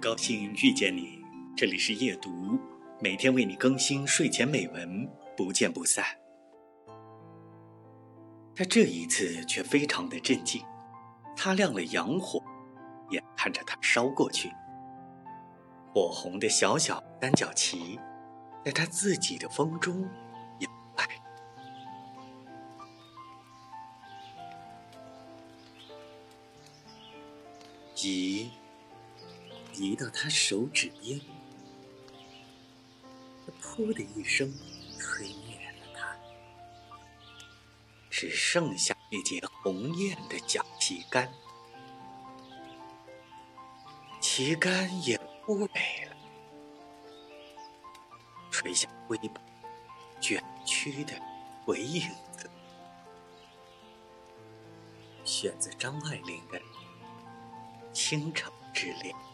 高兴遇见你，这里是夜读，每天为你更新睡前美文，不见不散。他这一次却非常的镇静，擦亮了洋火，眼看着它烧过去。火红的小小三角旗，在他自己的风中摇摆。移到他手指边，噗的一声吹灭了它，只剩下一截红艳的小旗杆，旗杆也枯萎了，垂下灰白卷曲的灰影子。选自张爱玲的《倾城之恋》。